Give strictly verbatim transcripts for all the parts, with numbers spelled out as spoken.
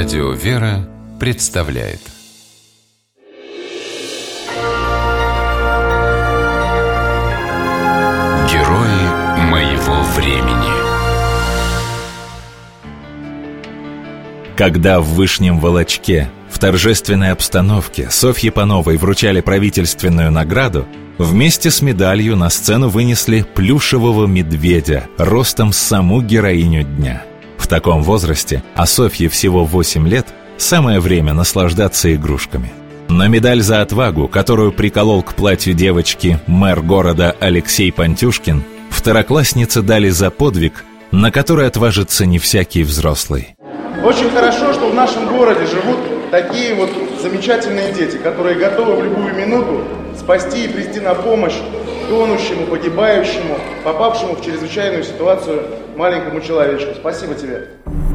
Радио «Вера» представляет Герои моего времени. Когда в Вышнем Волочке в торжественной обстановке Софье Пановой вручали правительственную награду, вместе с медалью на сцену вынесли плюшевого медведя ростом с саму героиню дня. В таком возрасте, а Софье всего восемь лет, самое время наслаждаться игрушками. Но медаль за отвагу, которую приколол к платью девочки мэр города Алексей Пантюшкин, второкласснице дали за подвиг, на который отважится не всякий взрослый. Очень хорошо, что в нашем городе живут такие вот замечательные дети, которые готовы в любую минуту спасти и прийти на помощь тонущему, погибающему, попавшему в чрезвычайную ситуацию маленькому человечку. Спасибо тебе.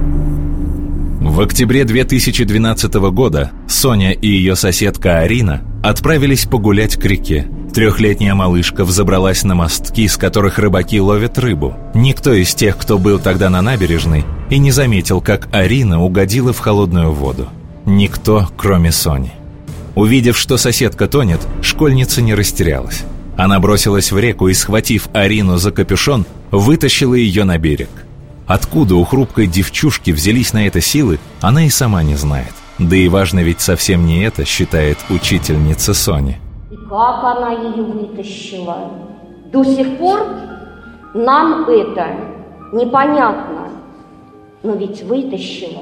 В октябре две тысячи двенадцатого года Соня и ее соседка Арина отправились погулять к реке. Трехлетняя малышка взобралась на мостки, с которых рыбаки ловят рыбу. Никто из тех, кто был тогда на набережной, и не заметил, как Арина угодила в холодную воду. Никто, кроме Сони. Увидев, что соседка тонет, школьница не растерялась. Она бросилась в реку и, схватив Арину за капюшон, вытащила ее на берег. Откуда у хрупкой девчушки взялись на это силы, она и сама не знает. Да и важно ведь совсем не это, считает учительница Сони. И как она ее вытащила? До сих пор нам это непонятно, но ведь вытащила.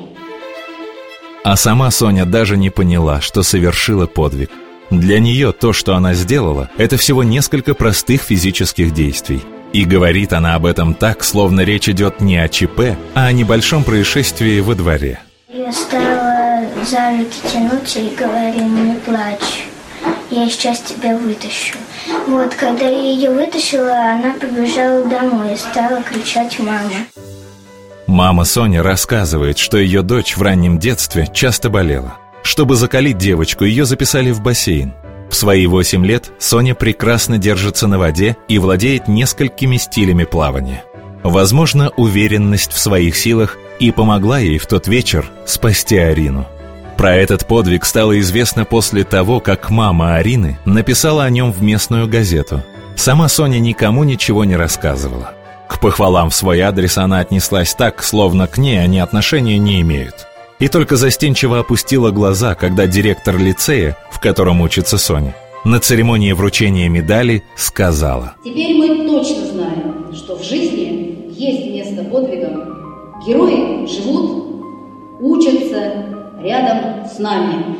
А сама Соня даже не поняла, что совершила подвиг. Для нее то, что она сделала, это всего несколько простых физических действий. И говорит она об этом так, словно речь идет не о ЧП, а о небольшом происшествии во дворе. Я стала за руки тянуться и говорю: не плачь, я сейчас тебя вытащу. Вот, когда я ее вытащила, она побежала домой и стала кричать: мама. Мама Соня рассказывает, что ее дочь в раннем детстве часто болела. Чтобы закалить девочку, ее записали в бассейн. В свои восемь лет Соня прекрасно держится на воде и владеет несколькими стилями плавания. Возможно, уверенность в своих силах и помогла ей в тот вечер спасти Арину. Про этот подвиг стало известно после того, как мама Арины написала о нем в местную газету. Сама Соня никому ничего не рассказывала. К похвалам в свой адрес она отнеслась так, словно к ней они отношения не имеют. И только застенчиво опустила глаза, когда директор лицея, в котором учится Соня, на церемонии вручения медали сказала: «Теперь мы точно знаем, что в жизни есть место подвигам. Герои живут, учатся рядом с нами».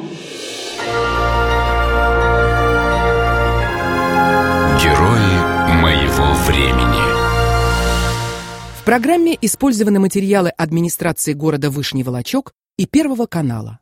Герои моего времени. В программе использованы материалы администрации города Вышний Волочек и Первого канала.